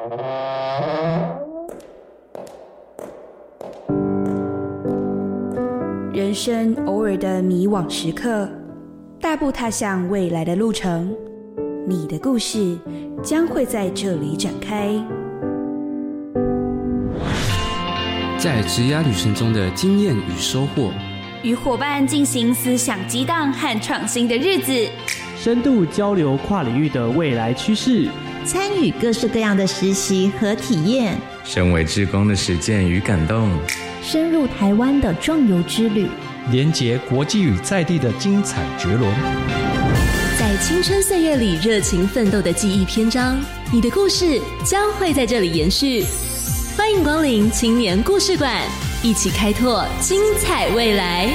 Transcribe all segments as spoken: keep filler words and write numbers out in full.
人生偶尔的迷惘时刻，大步踏向未来的路程，你的故事将会在这里展开。 在职涯旅程中的经验与收获， 与伙伴进行思想激荡和创新的日子， 深度交流跨领域的未来趋势， 参与各式各样的实习和体验， 身为志工的实践与感动， 深入台湾的壮游之旅， 连结国际与在地的精彩绝伦。 在青春岁月里热情奋斗的记忆篇章，你的故事将会在这里延续。欢迎光临青年故事馆，一起开拓精彩未来。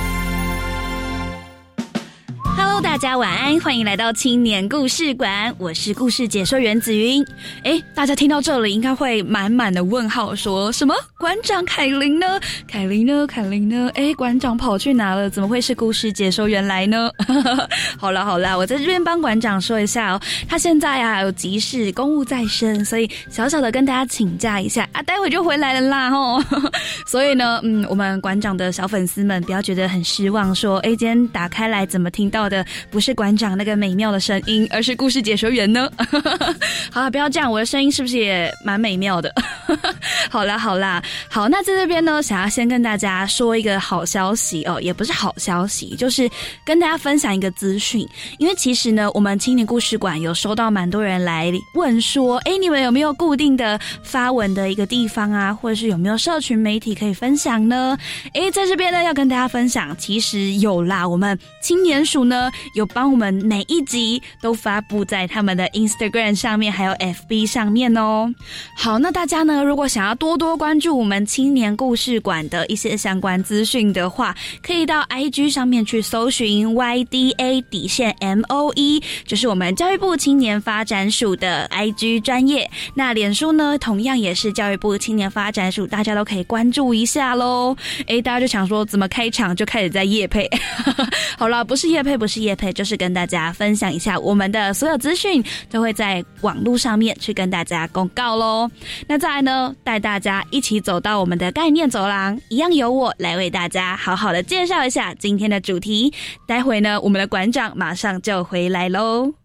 Hello， 大家晚安，欢迎来到青年故事馆，我是故事解说员子云。哎，大家听到这里应该会满满的问号，说什么馆长凯琳呢？凯琳呢？凯琳呢？哎，馆长跑去哪了？怎么会是故事解说员来呢？好啦好啦，我在这边帮馆长说一下哦，他现在啊有急事，公务在身，所以小小的跟大家请假一下啊，待会就回来了啦吼。所以呢，嗯，我们馆长的小粉丝们不要觉得很失望，说哎，今天打开来怎么听到的不是馆长那个美妙的声音，而是故事解说员呢？好啦，不要这样，我的声音是不是也蛮美妙的？好啦好啦，好，那在这边呢，想要先跟大家说一个好消息哦，也不是好消息，就是跟大家分享一个资讯。因为其实呢，我们青年故事馆有收到蛮多人来问说，哎，你们有没有固定的发文的一个地方啊，或者是有没有社群媒体可以分享呢？哎，在这边呢，要跟大家分享，其实有啦，我们青年署呢有帮我们每一集都发布在他们的 Instagram 上面，还有 F B 上面哦。好，那大家呢，如果想要多多关注我们青年故事馆的一些相关资讯的话，可以到 I G 上面去搜寻 Y D A 底线 M O E， 就是我们教育部青年发展署的 I G 专页。那脸书呢，同样也是教育部青年发展署，大家都可以关注一下咯。诶，大家就想说怎么开场就开始在业配。好啦，不是业配不是业配，就是跟大家分享一下我们的所有资讯都会在网络上面去跟大家公告咯。那再来呢，带大家一起走到我们的概念走廊，一样由我来为大家好好的介绍一下今天的主题。待会呢，我们的馆长马上就回来咯。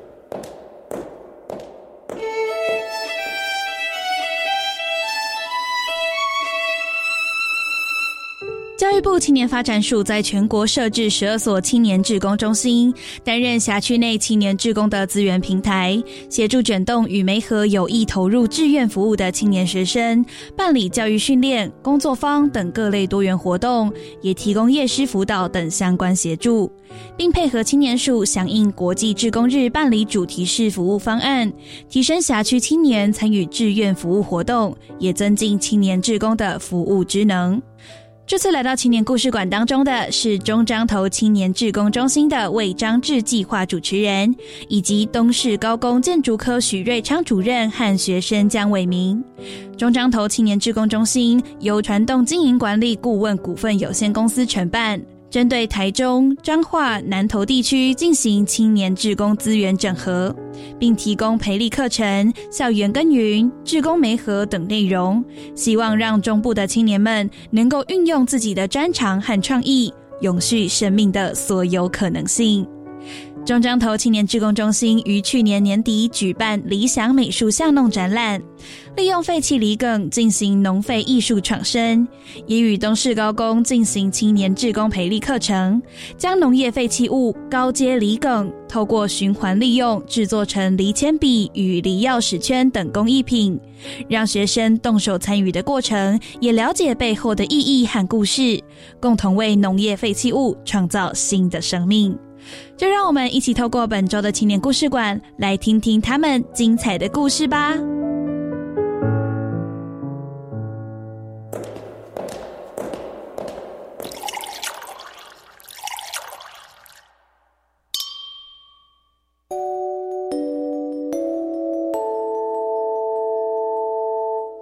教育部青年发展署在全国设置十二所青年志工中心，担任辖区内青年志工的资源平台，协助卷动与媒合有意投入志愿服务的青年学生，办理教育训练、工作坊等各类多元活动，也提供业师辅导等相关协助，并配合青年署响应国际志工日办理主题式服务方案，提升辖区青年参与志愿服务活动，也增进青年志工的服务职能。这次来到青年故事馆当中的是中彰投青年志工中心的魏章志计划主持人，以及东市高工建筑科许瑞昌主任和学生江伟明。中彰投青年志工中心由传动经营管理顾问股份有限公司承办，针对台中、彰化、南投地区进行青年志工资源整合，并提供培力课程、校园耕耘、志工媒合等内容，希望让中部的青年们能够运用自己的专长和创意，永续生命的所有可能性。中彰投青年志工中心于去年年底举办理想美术巷弄展览，利用废弃梨梗进行农废艺术创生，也与东市高工进行青年志工培力课程，将农业废弃物高阶梨梗透过循环利用制作成梨铅笔与梨钥匙圈等工艺品，让学生动手参与的过程，也了解背后的意义和故事，共同为农业废弃物创造新的生命。就让我们一起透过本周的青年故事馆，来听听他们精彩的故事吧。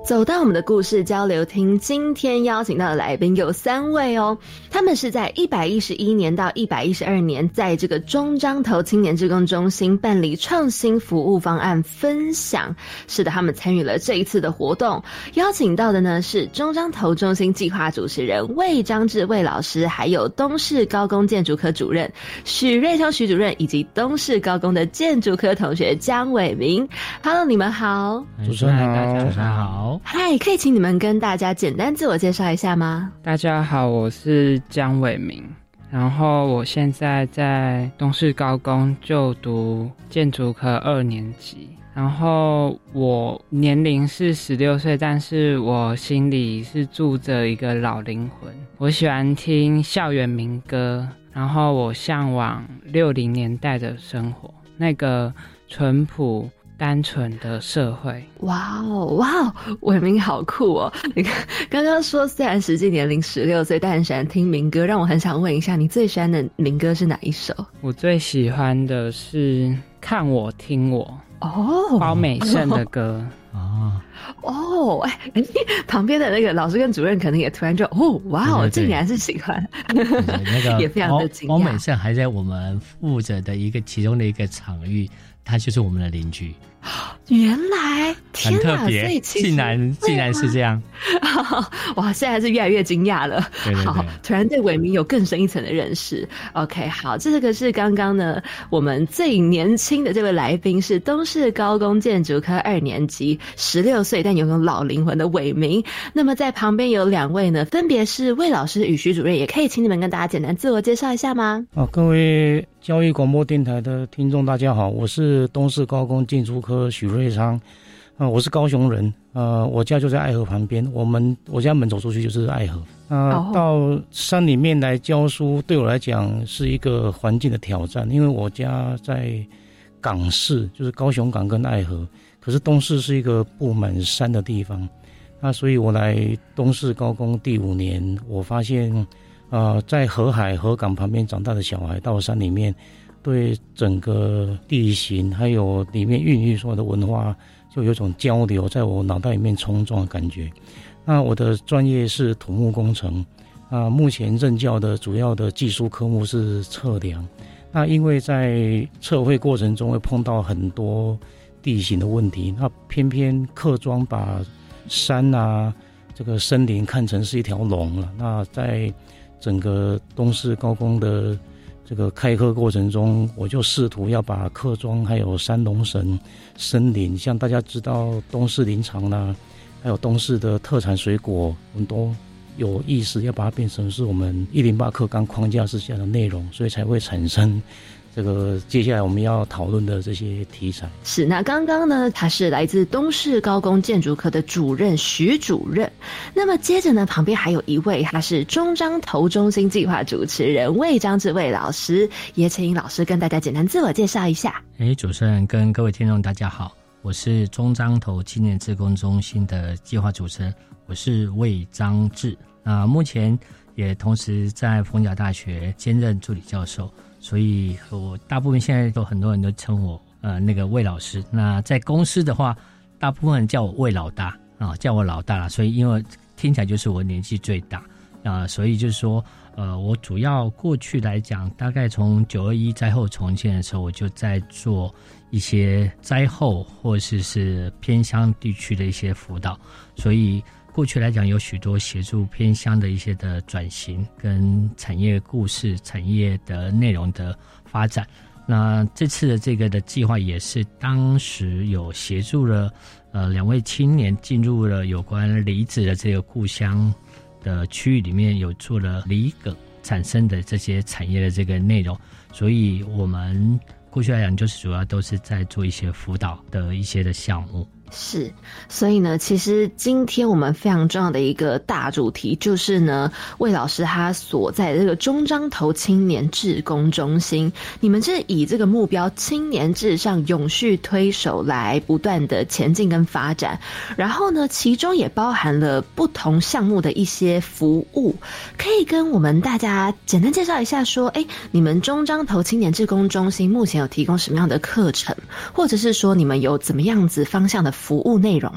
走到我们的故事交流厅，今天邀请到的来宾有三位哦，他们是在一百一十一年到一百一十二年在这个中彰投青年志工中心办理创新服务方案分享。是的，他们参与了这一次的活动。邀请到的呢是中彰投中心计划主持人魏彰志魏老师，还有东势高工建筑科主任许瑞聪许主任，以及东势高工的建筑科同学江伟明。Hello， 你们好。 主持人好，主持人好。 嗨，可以请你们跟大家简单自我介绍一下吗？ 大家好，我是江伟明，然后我现在在东势高工就读建筑科二年级，然后我年龄是十六岁，但是我心里是住着一个老灵魂。我喜欢听校园民歌，然后我向往六零年代的生活，那个淳朴单纯的社会。 哇哦哇哦，伟明好酷哦！你看刚刚说虽然实际年龄十六岁，但很喜欢听民歌，让我很想问一下，你最喜欢的民歌是哪一首？ 我最喜欢的是看我听我哦， 包美胜的歌。 哦哦，哎，旁边的那个老师跟主任可能也突然就哦，哇哦，竟然是喜欢， 对对对那个也非常的惊讶。 包美胜还在我们负责的一个其中的一个场域，他就是我们的邻居。 原来天很特别， 所以其实竟然竟然是这样。 哇，现在是越来越惊讶了。 对对对， 好，突然对伟明有更深一层的认识。OK， 好，这个是刚刚呢我们最年轻的这位来宾是东势高工建筑科二年级，十六岁但拥有老灵魂的伟明。那么在旁边有两位呢，分别是魏老师与徐主任，也可以请你们跟大家简单自我介绍一下吗？ 好，各位教育广播电台的听众大家好，我是东势高工建筑科许瑞昌。呃，我是高雄人，呃，我家就在爱河旁边，我们我家门走出去就是爱河。呃， oh. 到山里面来教书，对我来讲是一个环境的挑战，因为我家在港市，就是高雄港跟爱河，可是东势是一个布满山的地方，那所以我来东势高工第五年，我发现，呃，在河海河港旁边长大的小孩到山里面，对整个地形还有里面孕育所有的文化，就有一种交流在我脑袋里面冲撞的感觉。那我的专业是土木工程，啊，目前任教的主要的技术科目是测量。那因为在测绘过程中会碰到很多地形的问题，那偏偏客庄把山啊这个森林看成是一条龙了。那在整个东势高工的这个开课过程中，我就试图要把客庄还有山龙神森林，像大家知道东势林场啦，还有东势的特产水果，我们都有意识要把它变成是我们一零八课纲框架之下的内容，所以才会产生这个接下来我们要讨论的这些题材。 是，那刚刚呢，他是来自东势高工建筑科的主任徐主任。那么接着呢，旁边还有一位，他是中彰投中心计划主持人魏彰志魏老师，也请老师跟大家简单自我介绍一下。 哎，主持人跟各位听众大家好，我是中彰投青年志工中心的计划主持人，我是魏彰志。那目前也同时在逢甲大学兼任助理教授。所以我大部分现在都很多人都称我呃那个魏老师。那在公司的话，大部分人叫我魏老大啊，叫我老大啦。所以因为听起来就是我年纪最大啊，所以就是说呃我主要过去来讲，大概从九二一灾后重建的时候，我就在做一些灾后或是是偏乡地区的一些辅导，所以过去来讲有许多协助偏乡的一些的转型跟产业故事产业的内容的发展。那这次的这个的计划也是当时有协助了呃两位青年进入了有关梨子的这个故乡的区域里面，有做了梨梗产生的这些产业的这个内容，所以我们过去来讲就是主要都是在做一些辅导的一些的项目。 是，所以呢，其实今天我们非常重要的一个大主题就是呢，魏老师他所在的这个中彰投青年志工中心，你们是以这个目标青年至上永续推手来不断的前进跟发展，然后呢，其中也包含了不同项目的一些服务，可以跟我们大家简单介绍一下说，哎，你们中彰投青年志工中心目前有提供什么样的课程，或者是说你们有怎么样子方向的服务内容吗？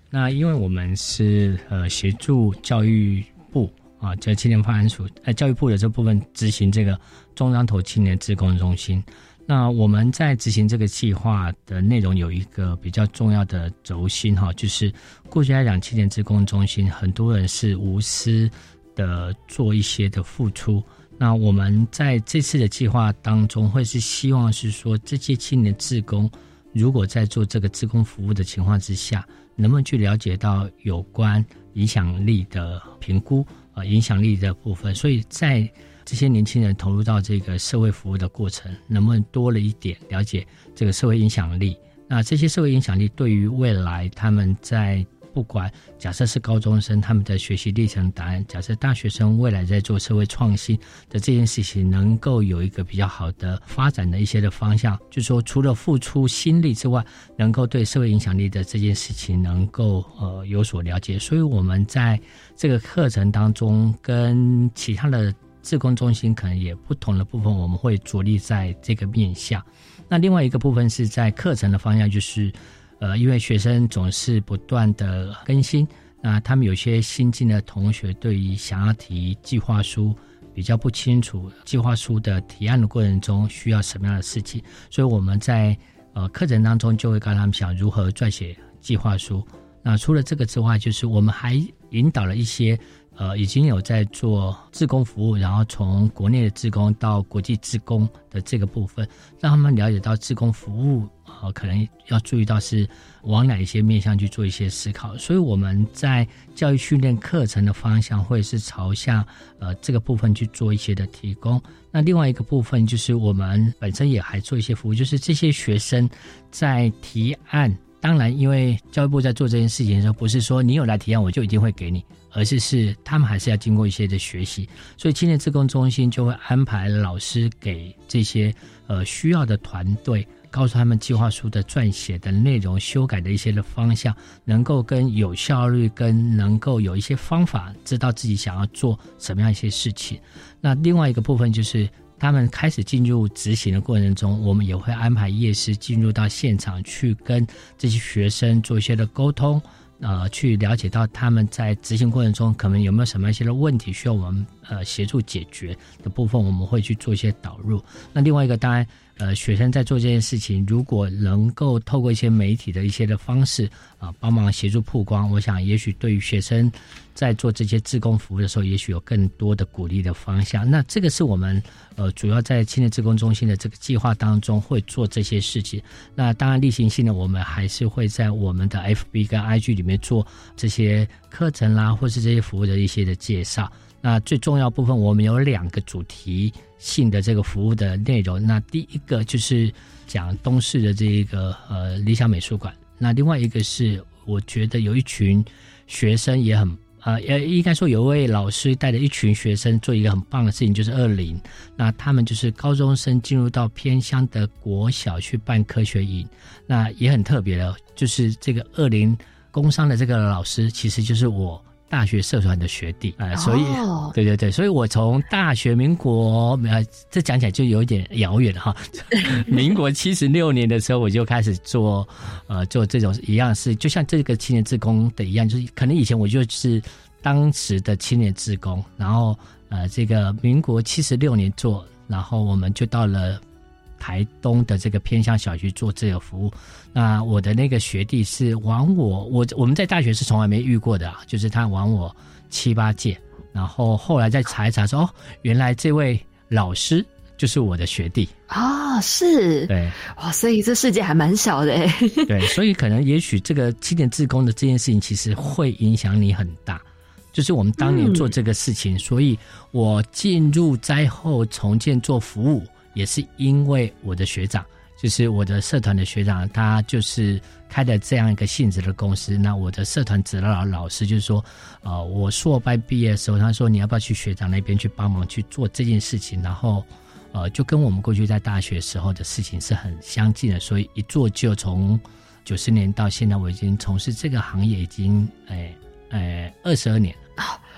那因为我们是呃协助教育部啊，在青年发展署呃教育部的这部分执行这个中彰投青年志工中心。那我们在执行这个计划的内容有一个比较重要的轴心哈，就是过去来讲青年志工中心很多人是无私的做一些的付出。那我们在这次的计划当中会是希望是说，这些青年志工如果在做这个志工服务的情况之下，能不能去了解到有关影响力的评估呃影响力的部分，所以在这些年轻人投入到这个社会服务的过程，能不能多了一点了解这个社会影响力，那这些社会影响力对于未来他们在不管假设是高中生他们的学习历程答案，假设大学生未来在做社会创新的这件事情能够有一个比较好的发展的一些的方向，就是说除了付出心力之外，能够对社会影响力的这件事情能够呃有所了解。所以我们在这个课程当中跟其他的志工中心可能也不同的部分，我们会着力在这个面向。那另外一个部分是在课程的方向，就是呃，因为学生总是不断的更新，那他们有些新进的同学对于想要提计划书比较不清楚，计划书的提案的过程中需要什么样的事情，所以我们在呃课程当中就会跟他们讲如何撰写计划书。那除了这个之外，就是我们还引导了一些呃已经有在做志工服务，然后从国内的志工到国际志工的这个部分，让他们了解到志工服务呃可能要注意到是往哪一些面向去做一些思考。所以我们在教育训练课程的方向会是朝向呃这个部分去做一些的提供。那另外一个部分就是我们本身也还做一些服务，就是这些学生在提案，当然因为教育部在做这件事情的时候，不是说你有来提案我就一定会给你，而是是他们还是要经过一些的学习，所以青年志工中心就会安排老师给这些呃需要的团队，告诉他们计划书的撰写的内容、修改的一些的方向，能够跟有效率跟能够有一些方法，知道自己想要做什么样一些事情。那另外一个部分就是他们开始进入执行的过程中，我们也会安排业师进入到现场去跟这些学生做一些的沟通，呃，去了解到他们在执行过程中可能有没有什么一些的问题需要我们呃协助解决的部分，我们会去做一些导入。那另外一个当然呃学生在做这件事情，如果能够透过一些媒体的一些的方式啊、呃、帮忙协助曝光，我想也许对于学生在做这些志工服务的时候，也许有更多的鼓励的方向。那这个是我们呃主要在青年志工中心的这个计划当中会做这些事情。那当然例行性的我们还是会在我们的 F B 跟 I G 里面做这些课程啦，或是这些服务的一些的介绍。那最重要部分我们有两个主题性的这个服务的内容。那第一个就是讲东市的这个呃理想美术馆，那另外一个是我觉得有一群学生也很呃，应该说有一位老师带着一群学生做一个很棒的事情，就是二零，那他们就是高中生进入到偏乡的国小去办科学营。那也很特别的，就是这个二零工商的这个老师其实就是我大学社团的学弟啊、呃，所以、哦、对对对，所以我从大学民国呃，这讲起来就有一点遥远哈。民国七十六年的时候，我就开始做呃做这种一样事，就像这个青年志工的一样，就是可能以前我就是当时的青年志工，然后呃这个民国七十六年做，然后我们就到了台东的这个偏乡小区做这个服务。那我的那个学弟是晚我我我们在大学是从来没遇过的、啊、就是他晚我七八届，然后后来再查一查说哦，原来这位老师就是我的学弟啊、哦，是， 对， 哇，所以这世界还蛮小的诶。 对，所以可能也许这个青年志工的这件事情其实会影响你很大，就是我们当年做这个事情、嗯、所以我进入灾后重建做服务也是因为我的学长，就是我的社团的学长，他就是开的这样一个性质的公司。那我的社团指导老师就是说呃，我硕班毕业的时候，他说你要不要去学长那边去帮忙去做这件事情，然后呃，就跟我们过去在大学时候的事情是很相近的，所以一做就从九十年到现在，我已经从事这个行业已经诶诶二十二年。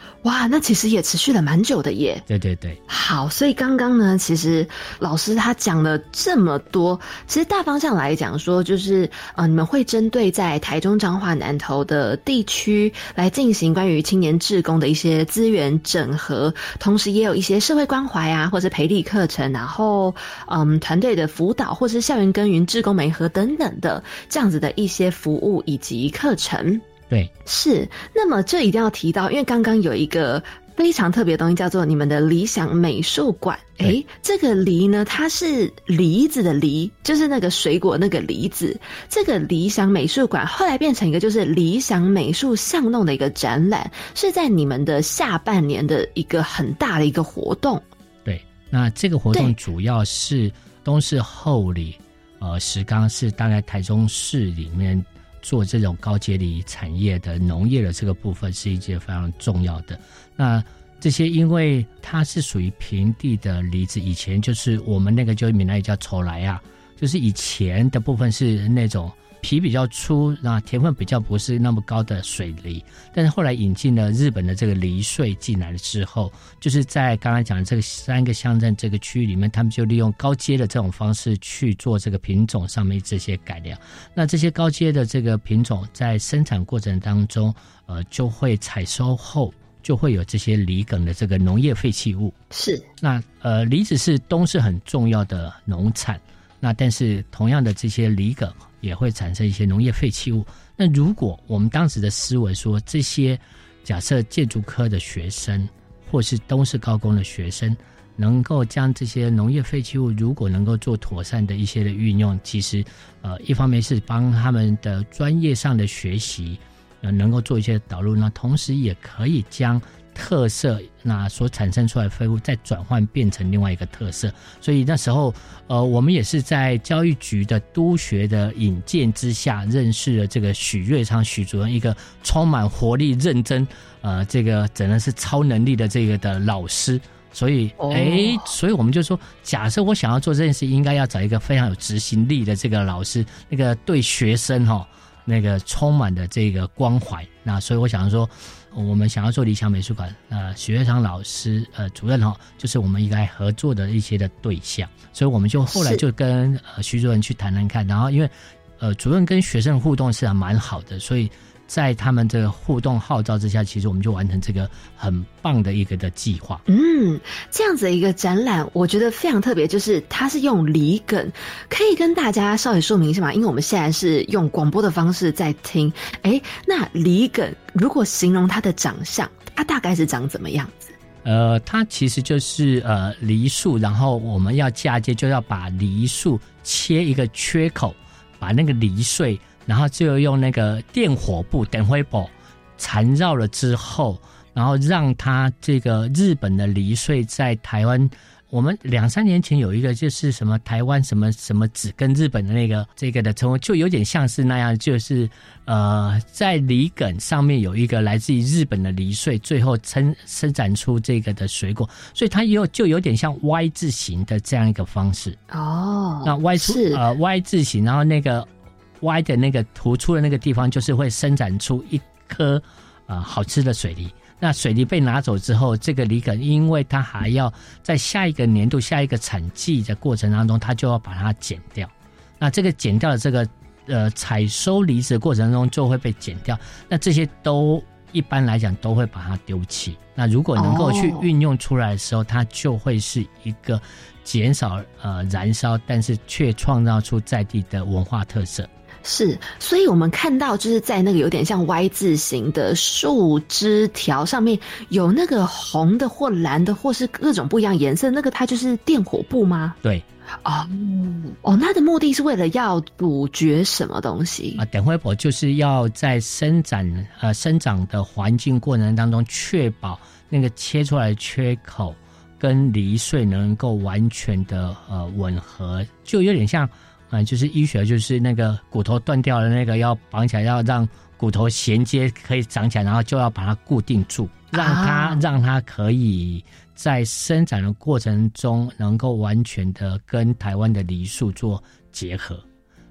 哇，那其实也持续了蛮久的耶。 对对对。 好，所以刚刚呢，其实老师他讲了这么多，其实大方向来讲说，就是呃，你们会针对在台中彰化南投的地区来进行关于青年志工的一些资源整合，同时也有一些社会关怀啊，或是培力课程，然后嗯，团队的辅导或是校园耕耘、志工媒合等等的这样子的一些服务以及课程。 对， 是。那么这一定要提到，因为刚刚有一个非常特别的东西叫做你们的理想美术馆。诶，这个梨呢，它是梨子的梨，就是那个水果那个梨子。这个理想美术馆后来变成一个就是理想美术巷弄的一个展览，是在你们的下半年的一个很大的一个活动。 对，那这个活动主要是东势后里，呃，石冈是大概台中市里面做这种高阶梨产业的农业的这个部分是一件非常重要的。那这些因为它是属于平地的梨子，以前就是我们那个就闽南语叫丑来啊，就是以前的部分是那种皮比较粗，那甜分比较不是那么高的水梨，但是后来引进了日本的这个梨税进来了之后，就是在刚才讲的这个三个乡镇这个区域里面，他们就利用高阶的这种方式去做这个品种上面这些改良。那这些高阶的这个品种在生产过程当中，呃，就会采收后就会有这些梨梗的这个农业废弃物。 是。 那呃，梨子是东势很重要的农产，那但是同样的这些梨梗也会产生一些农业废弃物。那如果我们当时的思维说，这些假设建筑科的学生或是东势高工的学生能够将这些农业废弃物如果能够做妥善的一些的运用，其实呃一方面是帮他们的专业上的学习呃能够做一些导入，那同时也可以将特色那所产生出来的废物再转换变成另外一个特色。所以那时候呃我们也是在教育局的督学的引荐之下，认识了这个许瑞昌许主任，一个充满活力认真呃这个真的是超能力的这个的老师。所以诶、oh. 所以我们就说，假设我想要做这件事，应该要找一个非常有执行力的这个老师，那个对学生齁那个充满的这个关怀。那所以我想说，我们想要做理想美术馆，呃，许月昌老师呃主任哈，就是我们应该合作的一些的对象。所以我们就后来就跟呃徐主任去谈谈看，然后因为呃主任跟学生的互动是还蛮好的，所以在他们这个互动号召之下，其实我们就完成这个很棒的一个的计划。 嗯，这样子的一个展览，我觉得非常特别，就是它是用梨梗，可以跟大家稍微说明一下吗？因为我们现在是用广播的方式在听，诶，那梨梗如果形容它的长相，它大概是长怎么样子？ 呃，它其实就是呃梨树，然后我们要嫁接，就要把梨树切一个缺口，把那个梨穗。然后就用那个电火布电火布缠绕了之后，然后让它这个日本的梨穗在台湾，我们两三年前有一个就是什么台湾什么什么纸跟日本的那个这个的称呼，就有点像是那样，就是呃在梨梗上面有一个来自于日本的梨穗，最后生生长出这个的水果，所以它有就有点像 Y 字形的这样一个方式。 哦， 那 Y 出呃 Y 字形，然后那个歪的那个突出的那个地方，就是会生长出一颗呃好吃的水梨。那水梨被拿走之后，这个梨梗因为它还要在下一个年度、下一个产季的过程当中，它就要把它剪掉。那这个剪掉的这个呃采收梨子的过程中就会被剪掉。那这些都一般来讲都会把它丢弃。那如果能够去运用出来的时候， oh. 它就会是一个减少呃燃烧，但是却创造出在地的文化特色。 是，所以我们看到就是在那个有点像 Y 字形的树枝条上面有那个红的或蓝的或是各种不一样颜色，那个它就是电火布吗？ 对。 哦哦，那的目的是为了要阻绝什么东西啊？电火布就是要在生长呃生长的环境过程当中，确保那个切出来的缺口跟梨穗能够完全的呃吻合，就有点像。嗯，就是医学，就是那个骨头断掉了，那个要绑起来，要让骨头衔接可以长起来，然后就要把它固定住，让它、啊、让它可以在生长的过程中能够完全的跟台湾的梨树做结合。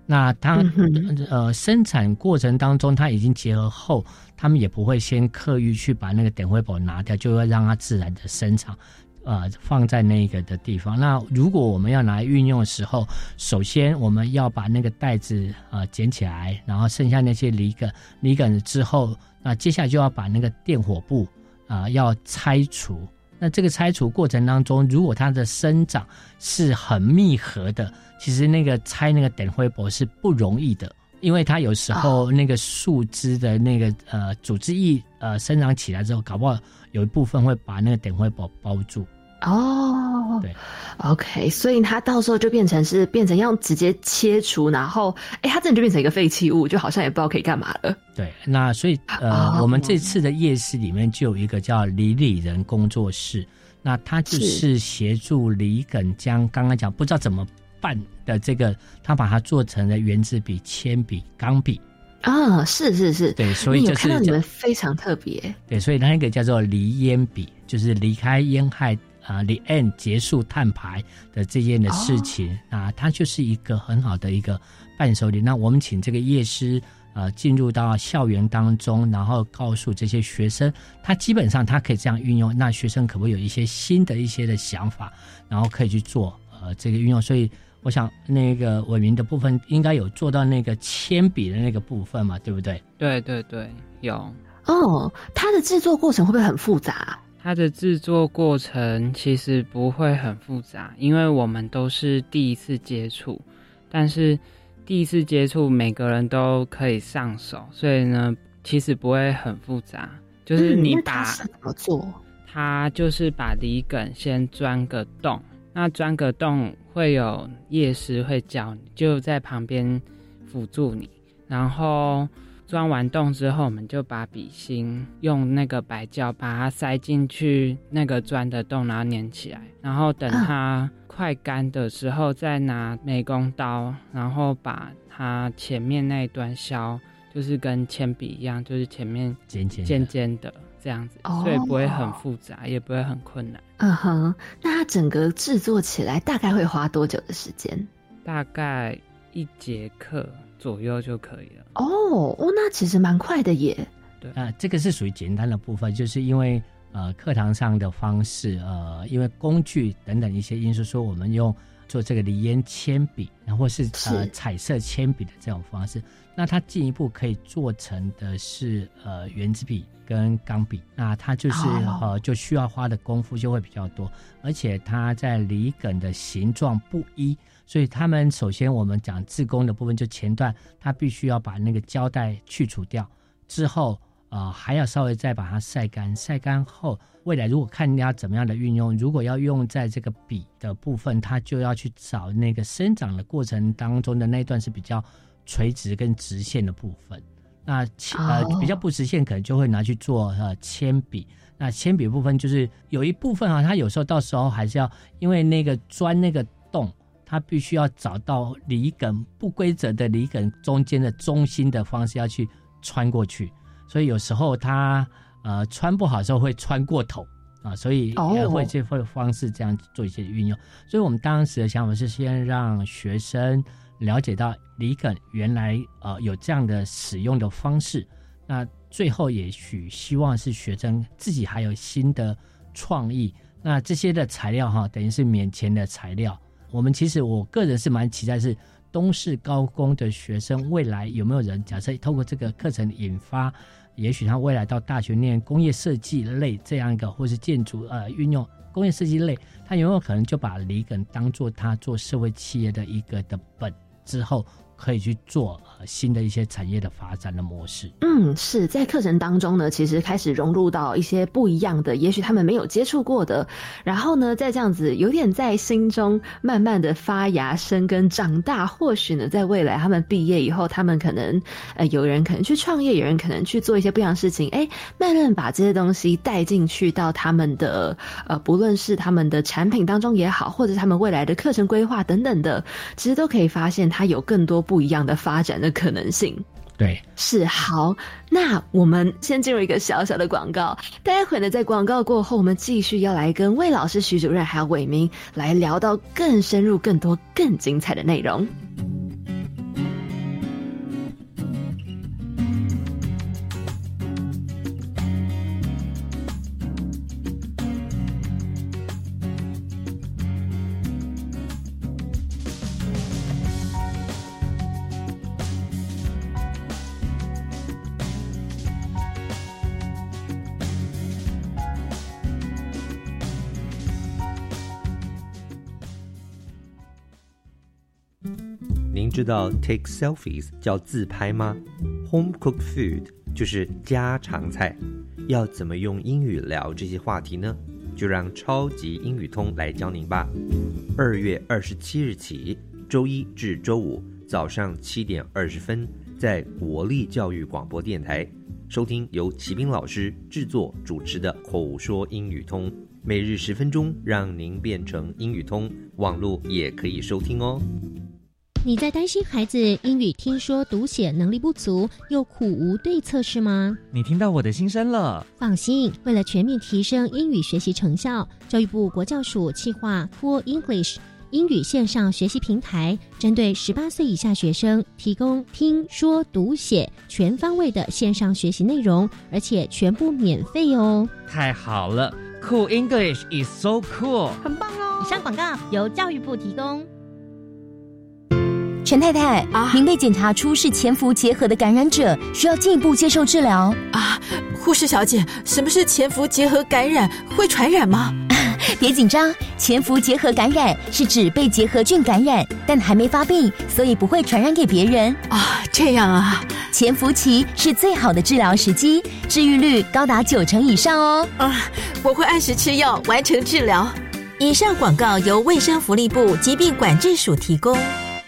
那它、嗯、呃生产过程当中，它已经结合后，他们也不会先刻意去把那个点灰宝拿掉，就会让它自然的生长。呃，放在那个的地方。那如果我们要拿来运用的时候，首先我们要把那个袋子呃捡起来，然后剩下那些离梗，离梗之后，那接下来就要把那个电火布啊、呃、要拆除。那这个拆除过程当中，如果它的生长是很密合的，其实那个拆那个点灰箔是不容易的。因为它有时候那个树枝的那个呃组织一呃生长起来之后，搞不好有一部分会把那个点灰箔包住。 哦， 对 ，OK， 所以它到时候就变成是变成要直接切除，然后哎，它真的就变成一个废弃物，就好像也不知道可以干嘛了。 对，那所以呃、哦，我们这次的夜市里面就有一个叫李李人工作室，那它就是协助李耿将刚刚讲不知道怎么办的这个，他把它做成了圆珠笔、铅笔、钢笔。 啊，是是是， 对，所以就是有看到你们非常特别。 对，所以那个叫做离烟笔，就是离开烟害啊，离 end 结束碳排的这件的事情、哦、啊，它就是一个很好的一个伴手礼。那我们请这个业师呃进入到校园当中，然后告诉这些学生，他基本上他可以这样运用，那学生可不可以有一些新的一些的想法，然后可以去做呃这个运用，所以。我想那个伟明的部分应该有做到那个铅笔的那个部分嘛，对不对？ 对对对，有。 哦，它的制作过程会不会很复杂？ 它的制作过程其实不会很复杂，因为我们都是第一次接触，但是第一次接触每个人都可以上手，所以呢，其实不会很复杂。就是你把、嗯、 它怎么做？ 它就是把梨梗先钻个洞。那钻个洞会有业师会教你，就在旁边辅助你，然后钻完洞之后，我们就把笔芯用那个白胶把它塞进去那个钻的洞，然后粘起来，然后等它快干的时候再拿美工刀，然后把它前面那一段削，就是跟铅笔一样，就是前面尖尖尖尖的这样子，所以不会很复杂，也不会很困难。 嗯哼，那它整个制作起来大概会花多久的时间？ 大概一节课左右就可以了。 哦哦，那其实蛮快的耶。 对，呃，这个是属于简单的部分，就是因为呃课堂上的方式，呃，因为工具等等一些因素，说我们用做这个离烟铅笔，然后是呃彩色铅笔的这种方式，那它进一步可以做成的是呃圆珠笔跟钢笔，那它就是、oh. 呃就需要花的功夫就会比较多，而且它在梨梗的形状不一，所以他们首先我们讲制工的部分，就前段它必须要把那个胶带去除掉，之后呃还要稍微再把它晒干，晒干后未来如果看要怎么样的运用，如果要用在这个笔的部分，它就要去找那个生长的过程当中的那一段是比较垂直跟直线的部分。那呃比较不直线可能就会拿去做呃铅笔，那铅笔部分就是有一部分啊，它有时候到时候还是要因为那个钻那个洞，它必须要找到梨梗不规则的梨梗中间的中心的方式要去穿过去，所以有时候它呃穿不好的时候会穿过头啊，所以也会这会方式这样做一些运用。所以我们当时的想法是先让学生了解到梨梗原来呃有这样的使用的方式，那最后也许希望是学生自己还有新的创意，那这些的材料哈等于是免钱的材料。我们其实我个人是蛮期待是东势高工的学生未来有没有人假设透过这个课程引发，也许他未来到大学念工业设计类这样一个，或是建筑呃运用工业设计类，他有没有可能就把梨梗当做他做社会企业的一个的本之后可以去做、呃、新的一些产业的发展的模式。 嗯，是在课程当中呢，其实开始融入到一些不一样的，也许他们没有接触过的，然后呢，再这样子有点在心中慢慢的发芽生根长大，或许呢，在未来他们毕业以后，他们可能呃，有人可能去创业，有人可能去做一些不一样的事情，哎，慢慢把这些东西带进去到他们的呃，不论是他们的产品当中也好，或者他们未来的课程规划等等的，其实都可以发现它有更多不一样的发展的可能性。 对， 是。好，那我们先进入一个小小的广告，待会呢在广告过后，我们继续要来跟魏老师、徐主任还有伟明来聊到更深入、更多、更精彩的内容。 您知道 take selfies 叫自拍吗？ Home cooked food 就是家常菜。要怎么用英语聊这些话题呢？就让超级英语通来教您吧。二月二十七日起，周一至周五早上七点二十分，在国立教育广播电台收听由齐斌老师制作主持的口说英语通，每日十分钟，让您变成英语通，网络也可以收听哦。 你在担心孩子英语听说读写能力不足，又苦无对策是吗？ 你听到我的心声了。 放心，为了全面提升英语学习成效，教育部国教署企划 Cool English 英语线上学习平台，针对十八岁以下学生提供听说读写全方位的线上学习内容，而且全部免费哦。 太好了， Cool English is so cool， 很棒哦。以上广告由教育部提供。 陈太太，啊，您被检查出是潜伏结核的感染者，需要进一步接受治疗。 啊，护士小姐，什么是潜伏结核感染？会传染吗？ 别紧张，潜伏结核感染是指被结核菌感染，但还没发病，所以不会传染给别人。 啊，这样啊。 潜伏期是最好的治疗时机，治愈率高达九成以上哦。 啊，我会按时吃药，完成治疗。以上广告由卫生福利部疾病管制署提供。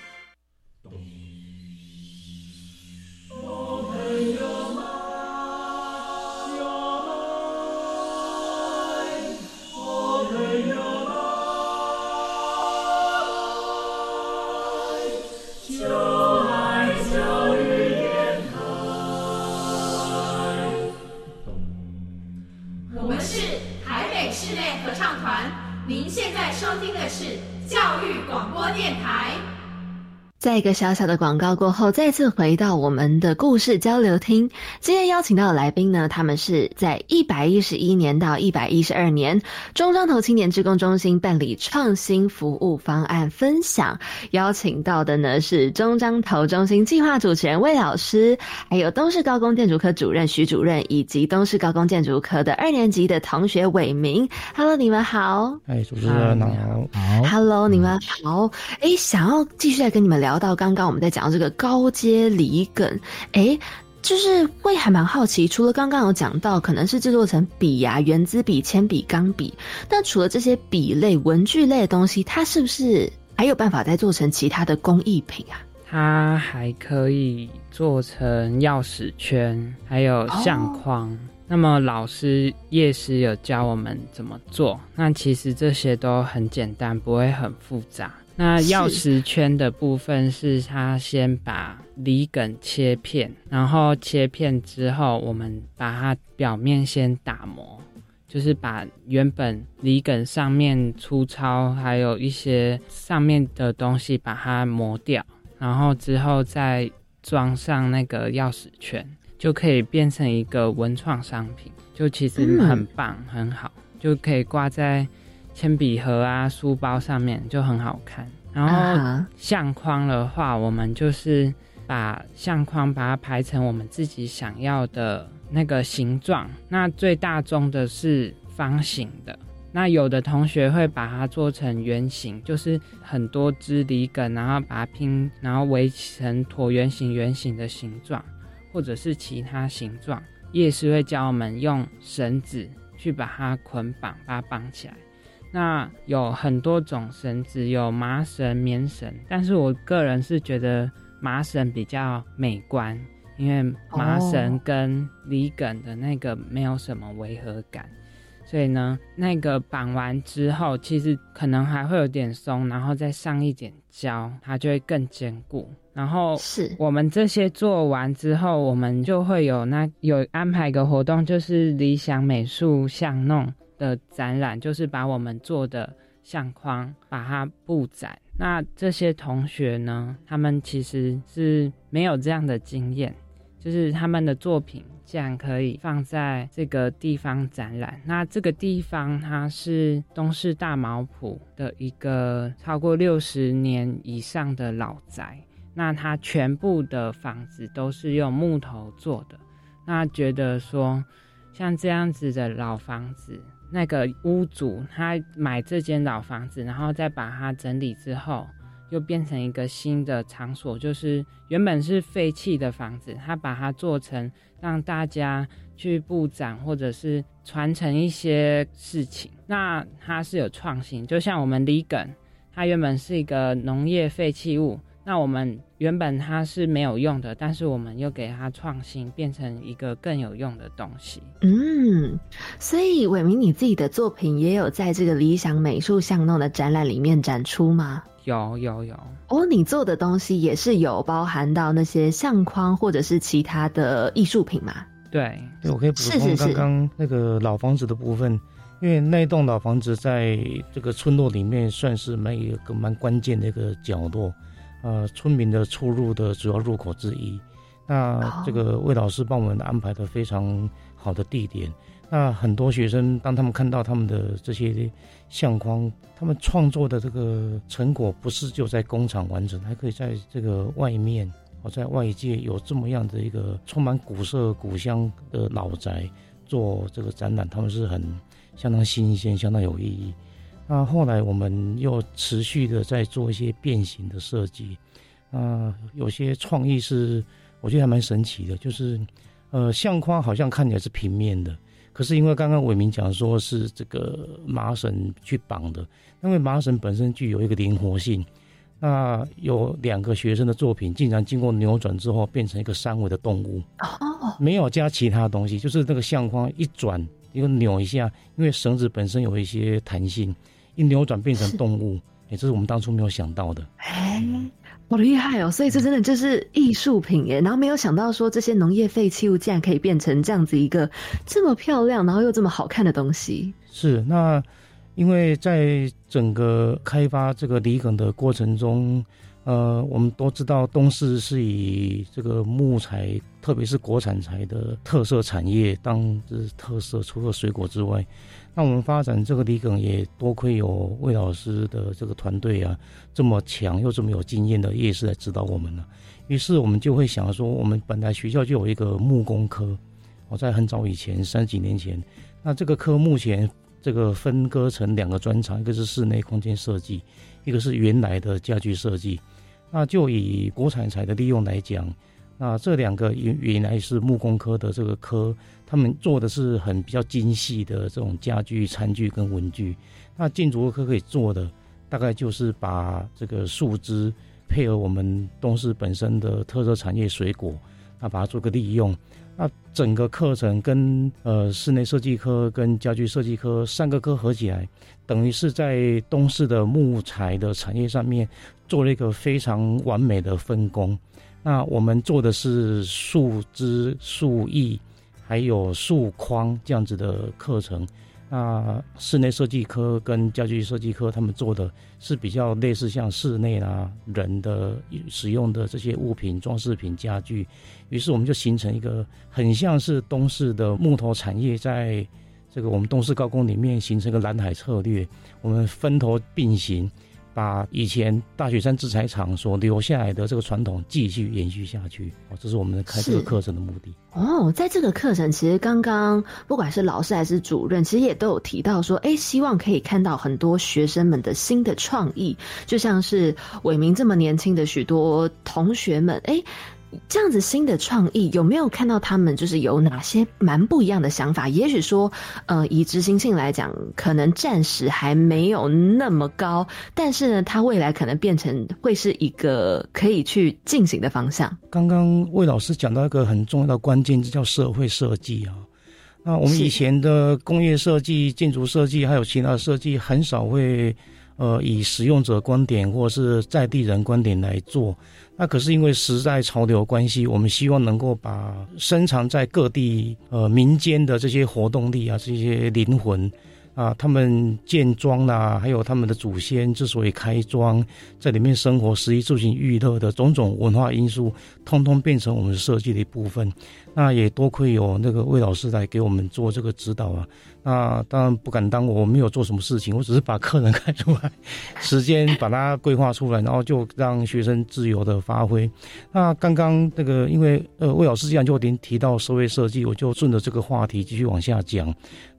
在一个小小的广告过后，再次回到我们的故事交流厅。今天邀请到的来宾呢，他们是在一百一十一年到一百一十二年中彰投青年志工中心办理创新服务方案分享。邀请到的呢是中彰投中心计划主持人魏老师，还有东势高工建筑科主任徐主任，以及东势高工建筑科的二年级的同学伟明。Hello， 你们好。 哎，主持人好。 好。Hello， 你们好。哎，想要继续再跟你们聊。聊到刚刚我们在讲这个高阶梨梗，诶就是会还蛮好奇，除了刚刚有讲到可能是制作成笔啊、圆珠笔、铅笔、钢笔，那除了这些笔类、文具类的东西，它是不是还有办法再做成其他的工艺品啊？ 它还可以做成钥匙圈，还有相框。哦，那么老师叶师有教我们怎么做，那其实这些都很简单，不会很复杂。那钥匙圈的部分是他先把梨梗切片，然后切片之后我们把它表面先打磨，就是把原本梨梗上面粗糙还有一些上面的东西把它磨掉，然后之后再装上那个钥匙圈，就可以变成一个文创商品，就其实很棒，嗯，很好，就可以挂在铅笔盒啊、书包上面，就很好看。然后相框的话，我们就是把相框把它排成我们自己想要的那个形状。那最大宗的是方形的，那有的同学会把它做成圆形，就是很多支梨梗，然后把它拼，然后围成椭圆形、圆形的形状，或者是其他形状。叶师会教我们用绳子去把它捆绑，把它绑起来。那有很多种绳子，有麻绳、棉绳，但是我个人是觉得麻绳比较美观，因为麻绳跟梨梗的那个没有什么违和感，所以呢，那个绑完之后，其实可能还会有点松，然后再上一点胶，它就会更坚固。然后是我们这些做完之后，我们就会有那有安排一个活动，就是理想美术巷弄的展览，就是把我们做的相框把它布展。那这些同学呢，他们其实是没有这样的经验，就是他们的作品竟然可以放在这个地方展览。那这个地方它是东势大毛埔的一个超过六十年以上的老宅，那它全部的房子都是用木头做的。那觉得说像这样子的老房子，那个屋主他买这间老房子，然后再把它整理之后， 又变成一个新的场所，就是原本是废弃的房子，他把它做成让大家去布展或者是传承一些事情。那它是有创新，就像我们里梗，它原本是一个农业废弃物，那我们原本它是没有用的，但是我们又给它创新，变成一个更有用的东西。 嗯，所以伟明你自己的作品也有在这个理想美术巷弄的展览里面展出吗？ 有有有。 哦，你做的东西也是有包含到那些相框或者是其他的艺术品吗？ 对， 对，我可以补充刚刚那个老房子的部分，因为那栋老房子在这个村落里面算是蛮一个蛮关键的一个角落，呃，村民的出入的主要入口之一。那这个魏老师帮我们安排的非常好的地点。那很多学生当他们看到他们的这些相框，他们创作的这个成果不是就在工厂完成，还可以在这个外面，在外界有这么样的一个充满古色古香的老宅做这个展览，他们是很相当新鲜，相当有意义。那后来我们又持续的在做一些变形的设计，啊，有些创意是我觉得还蛮神奇的，就是呃相框好像看起来是平面的，可是因为刚刚伟明讲说是这个麻绳去绑的，因为麻绳本身具有一个灵活性，那有两个学生的作品竟然经过扭转之后变成一个三维的动物，哦，没有加其他东西，就是那个相框一转一个扭一下，因为绳子本身有一些弹性，一扭转变成动物，哎，这是我们当初没有想到的。 哎，好厉害哦！所以这真的就是艺术品耶。然后没有想到说这些农业废弃物竟然可以变成这样子一个这么漂亮，然后又这么好看的东西。是，那因为在整个开发这个里梗的过程中，呃，我们都知道东势是以这个木材，特别是国产材的特色产业当特色，除了水果之外，那我们发展这个里梗也多亏有魏老师的这个团队啊，这么强又这么有经验的业师来指导我们了。于是我们就会想说，我们本来学校就有一个木工科，我在很早以前三十几年前，那这个科目前这个分割成两个专长，一个是室内空间设计，一个是原来的家具设计。那就以国产材的利用来讲，那这两个原原来是木工科的这个科，他们做的是很比较精细的这种家具、餐具跟文具。那建筑科可以做的，大概就是把这个树枝配合我们东势本身的特色产业水果，那把它做个利用。那整个课程跟呃室内设计科跟家具设计科三个科合起来，等于是在东势的木材的产业上面做了一个非常完美的分工。那我们做的是树枝、树艺还有树框这样子的课程。那室内设计科跟家具设计科他们做的是比较类似像室内啊人的使用的这些物品、装饰品、家具，于是我们就形成一个很像是东势的木头产业，在这个我们东势高工里面形成一个蓝海策略，我们分头并行，把以前大雪山制材厂所留下来的这个传统继续延续下去，这是我们开这个课程的目的。哦，在这个课程其实刚刚不管是老师还是主任，其实也都有提到说，哎，希望可以看到很多学生们的新的创意，就像是伟明这么年轻的许多同学们，哎，这样子新的创意有没有看到他们就是有哪些蛮不一样的想法？也许说呃以执行性来讲可能暂时还没有那么高，但是呢它未来可能变成会是一个可以去进行的方向。刚刚魏老师讲到一个很重要的关键字，叫社会设计啊。那我们以前的工业设计、建筑设计还有其他的设计很少会呃，以使用者观点或是在地人观点来做，那可是因为时代潮流关系，我们希望能够把深藏在各地呃民间的这些活动力啊，这些灵魂啊，他们建庄啦，还有他们的祖先之所以开庄，在里面生活、食衣住行娱乐的种种文化因素，通通变成我们设计的一部分。那也多亏有那个魏老师来给我们做这个指导啊。那当然不敢当我没有做什么事情，我只是把课程开出来，时间把它规划出来，然后就让学生自由的发挥。那刚刚那个因为呃魏老师这样就已经提到社会设计，我就顺着这个话题继续往下讲。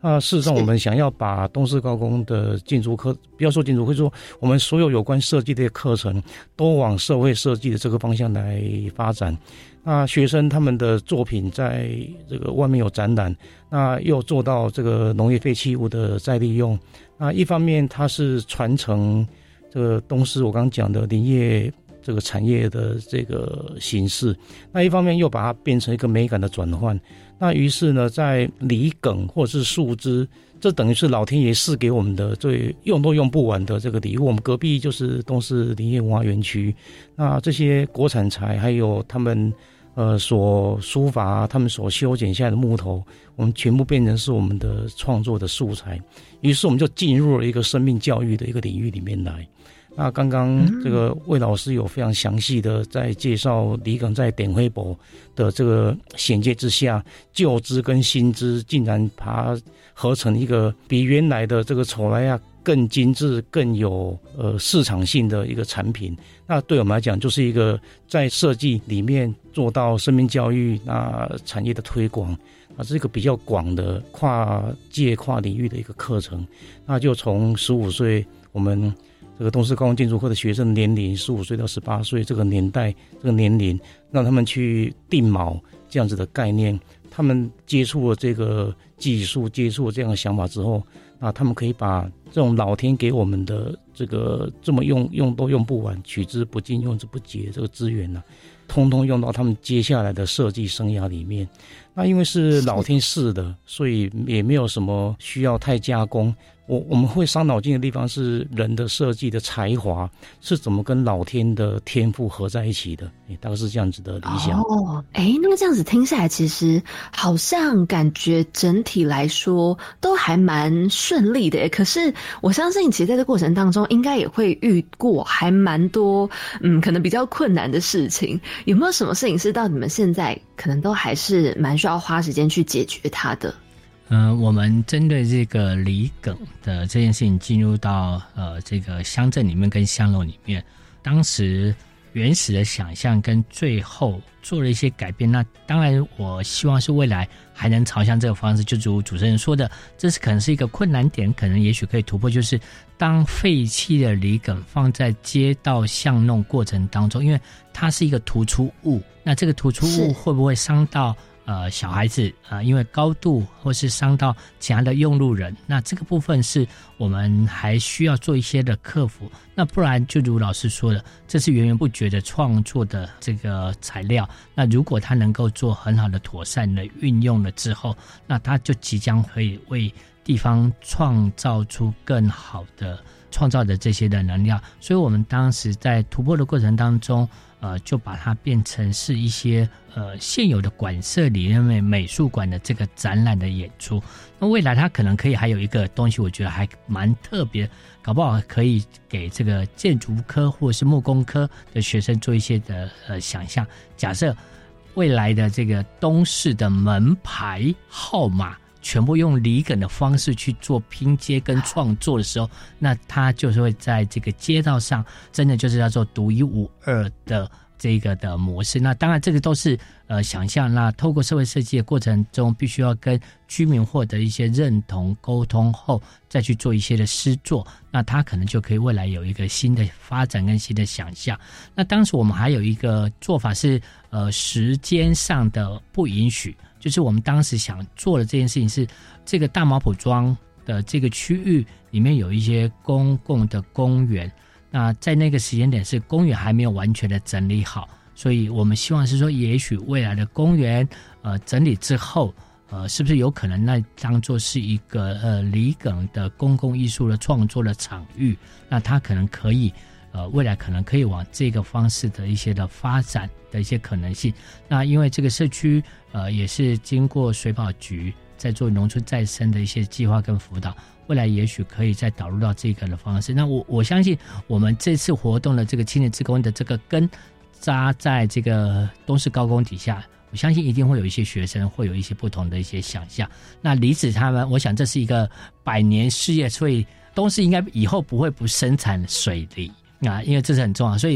那事实上，我们想要把东势高工的建筑科，不要说建筑科，说我们所有有关设计的课程，都往社会设计的这个方向来发展。那学生他们的作品在这个外面有展览，那又做到这个农业废弃物的再利用。那一方面，它是传承这个东势我刚刚讲的林业这个产业的这个形式，那一方面又把它变成一个美感的转换。那于是呢，在梨梗或者是树枝，这等于是老天爷赐给我们的最用都用不完的这个礼物。我们隔壁就是东势林业文化园区，那这些国产材还有他们呃所书法他们所修剪下来的木头，我们全部变成是我们的创作的素材。于是我们就进入了一个生命教育的一个领域里面来。那刚刚这个魏老师有非常详细的在介绍梨梗在点灰博的这个衔接之下，旧枝跟新枝竟然把它合成一个比原来的这个丑莱亚更精致、更有呃市场性的一个产品。那对我们来讲，就是一个在设计里面做到生命教育、那产业的推广啊，这是一个比较广的跨界、跨领域的一个课程。那就从十五岁我们这个东势高工建筑科的学生年龄十五岁到十八岁这个年代这个年龄，让他们去定锚这样子的概念。他们接触了这个技术，接触了这样的想法之后，那他们可以把这种老天给我们的这个这么用用都用不完、取之不尽、用之不竭这个资源呢、啊，通通用到他们接下来的设计生涯里面。那因为是老天赐的，所以也没有什么需要太加工。我我们会伤脑筋的地方是人的设计的才华是怎么跟老天的天赋合在一起的，大概是这样子的理想。 哦，哎，那么这样子听下来，其实好像感觉整体来说都还蛮顺利的。可是我相信，其实在这过程当中，应该也会遇过还蛮多，嗯，可能比较困难的事情。有没有什么事情是到你们现在可能都还是蛮需要花时间去解决它的？ 呃，我们针对这个梨梗的这件事情进入到呃这个乡镇里面跟乡楼里面，当时原始的想象跟最后做了一些改变。那当然我希望是未来还能朝向这个方式，就如主持人说的，这是可能是一个困难点，可能也许可以突破，就是当废弃的梨梗放在街道巷弄过程当中，因为它是一个突出物，那这个突出物会不会伤到呃，小孩子呃，因为高度或是伤到其他的用路人，那这个部分是我们还需要做一些的克服。那不然就如老师说的，这是源源不绝的创作的这个材料。那如果它能够做很好的妥善的运用了之后，那它就即将可以为地方创造出更好的创造的这些的能量。所以我们当时在突破的过程当中，呃，就把它变成是一些呃现有的馆舍里面美术馆的这个展览的演出。那未来它可能可以还有一个东西，我觉得还蛮特别，搞不好可以给这个建筑科或是木工科的学生做一些的呃想象。假设未来的这个东势的门牌号码全部用梨梗的方式去做拼接跟创作的时候，那它就是会在这个街道上真的就是叫做独一无二的这个的模式。那当然这个都是呃想象，那透过社会设计的过程中必须要跟居民获得一些认同沟通后再去做一些的施作，那它可能就可以未来有一个新的发展跟新的想象。那当时我们还有一个做法是呃时间上的不允许，就是我们当时想做的这件事情是，这个大毛埔庄的这个区域里面有一些公共的公园，那在那个时间点是公园还没有完全的整理好，所以我们希望是说，也许未来的公园呃整理之后，呃是不是有可能那当作是一个呃梨梗的公共艺术的创作的场域，那它可能可以呃未来可能可以往这个方式的一些的发展的一些可能性。那因为这个社区呃也是经过水保局在做农村再生的一些计划跟辅导，未来也许可以再导入到这个的方式。那我我相信我们这次活动的这个青年志工的这个根扎在这个东势高工底下，我相信一定会有一些学生会有一些不同的一些想象。那梨子他们，我想这是一个百年事业，所以东势应该以后不会不生产水梨啊，因为这是很重要。所以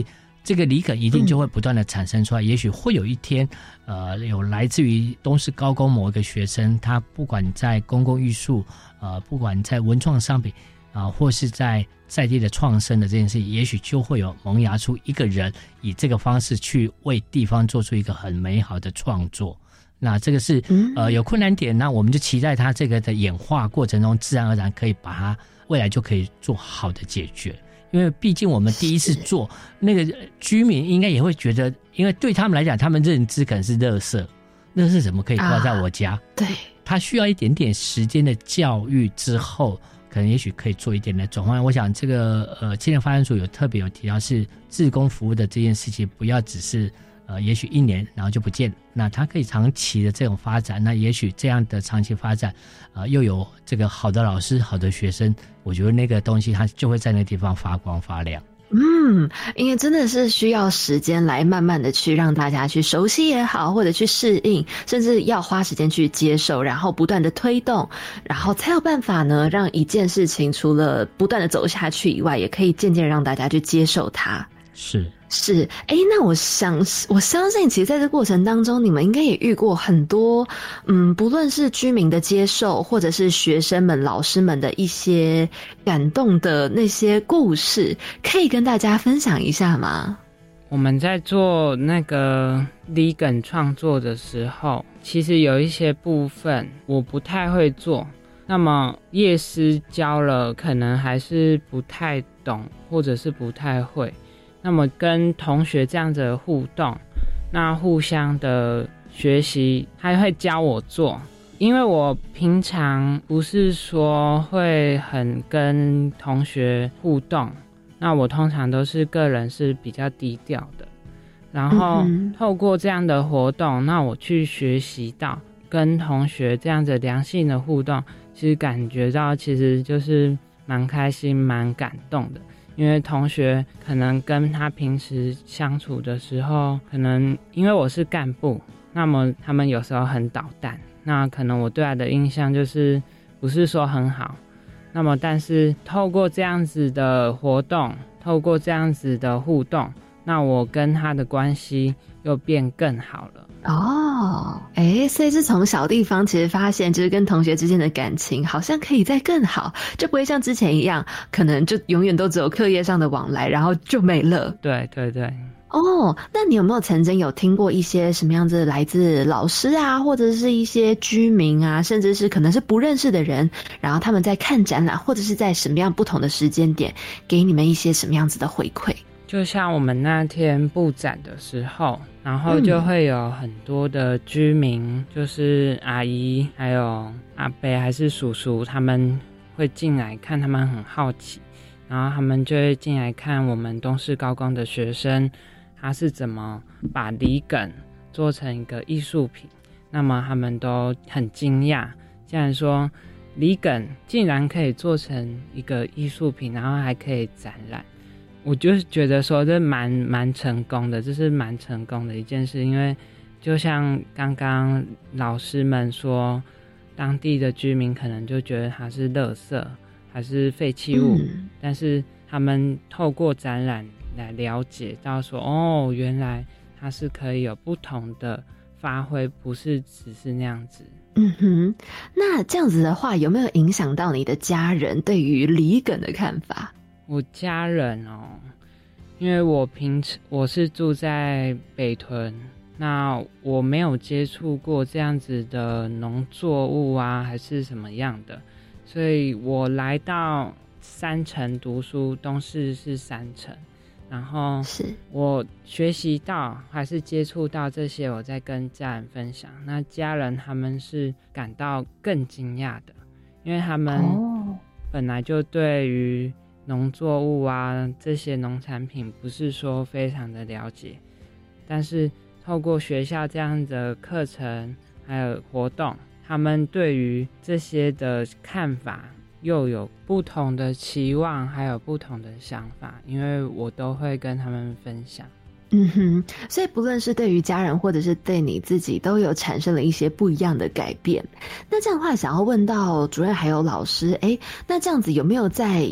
这个李梗一定就会不断的产生出来，嗯、也许会有一天，呃，有来自于东势高工某一个学生，他不管在公共艺术，呃，不管在文创商品，啊、呃，或是在在地的创生的这件事情，也许就会有萌芽出一个人，以这个方式去为地方做出一个很美好的创作。那这个是呃有困难点，那我们就期待它这个的演化过程中，自然而然可以把它未来就可以做好的解决。因为毕竟我们第一次做，那个居民应该也会觉得，因为对他们来讲，他们认知可能是垃圾，垃圾怎么可以挂在我家？啊、 对， 他需要一点点时间的教育之后，可能也许可以做一点的转换。我想这个呃青年发展署有特别有提到，是志工服务的这件事情，不要只是呃也许一年然后就不见了，那它可以长期的这种发展。那也许这样的长期发展，呃又有这个好的老师、好的学生，我觉得那个东西它就会在那个地方发光发亮。 嗯，因为真的是需要时间来慢慢的去让大家去熟悉也好，或者去适应，甚至要花时间去接受，然后不断的推动，然后才有办法呢，让一件事情除了不断的走下去以外，也可以渐渐让大家去接受它。 是是，哎，那我想我相信，其实在这过程当中，你们应该也遇过很多，嗯，不论是居民的接受，或者是学生们、老师们的一些感动的那些故事，可以跟大家分享一下吗？ 我们在做那个李梗创作的时候，其实有一些部分我不太会做，那么业师教了，可能还是不太懂，或者是不太会。那么跟同学这样子的互动，那互相的学习，他会教我做。因为我平常不是说会很跟同学互动，那我通常都是个人是比较低调的。然后透过这样的活动，那我去学习到跟同学这样子良性的互动，其实感觉到其实就是蛮开心、蛮感动的。因为同学可能跟他平时相处的时候，可能因为我是干部，那么他们有时候很捣蛋，那可能我对他的印象就是不是说很好，那么但是透过这样子的活动，透过这样子的互动，那我跟他的关系又变更好了。 哦，哎，所以是从小地方其实发现，就是跟同学之间的感情好像可以再更好，就不会像之前一样，可能就永远都只有课业上的往来，然后就没了。 对对对。 哦，那你有没有曾经有听过一些什么样子来自老师啊，或者是一些居民啊，甚至是可能是不认识的人，然后他们在看展览，或者是在什么样不同的时间点，给你们一些什么样子的回馈？ 就像我们那天布展的时候，然后就会有很多的居民，嗯、就是阿姨还有阿伯还是叔叔，他们会进来看，他们很好奇，然后他们就会进来看我们东势高工的学生，他是怎么把李梗做成一个艺术品，那么他们都很惊讶，竟然说李梗竟然可以做成一个艺术品，然后还可以展览。我就是觉得说这蛮蛮成功的，这是蛮成功的一件事，因为就像刚刚老师们说，当地的居民可能就觉得它是垃圾还是废弃物、嗯、但是他们透过展览来了解到说，哦，原来它是可以有不同的发挥，不是只是那样子。 嗯哼，那这样子的话有没有影响到你的家人对于李梗的看法？ 我家人哦，因为我平时我是住在北屯，那我没有接触过这样子的农作物啊，还是什么样的，所以我来到三城读书，东势是三城，然后是我学习到还是接触到这些，我在跟家人分享，那家人他们是感到更惊讶的，因为他们本来就对于农作物啊这些农产品不是说非常的了解，但是透过学校这样的课程还有活动，他们对于这些的看法又有不同的期望，还有不同的想法，因为我都会跟他们分享。 嗯哼，所以不论是对于家人或者是对你自己，都有产生了一些不一样的改变。那这样的话，想要问到主任还有老师，哎，那这样子有没有在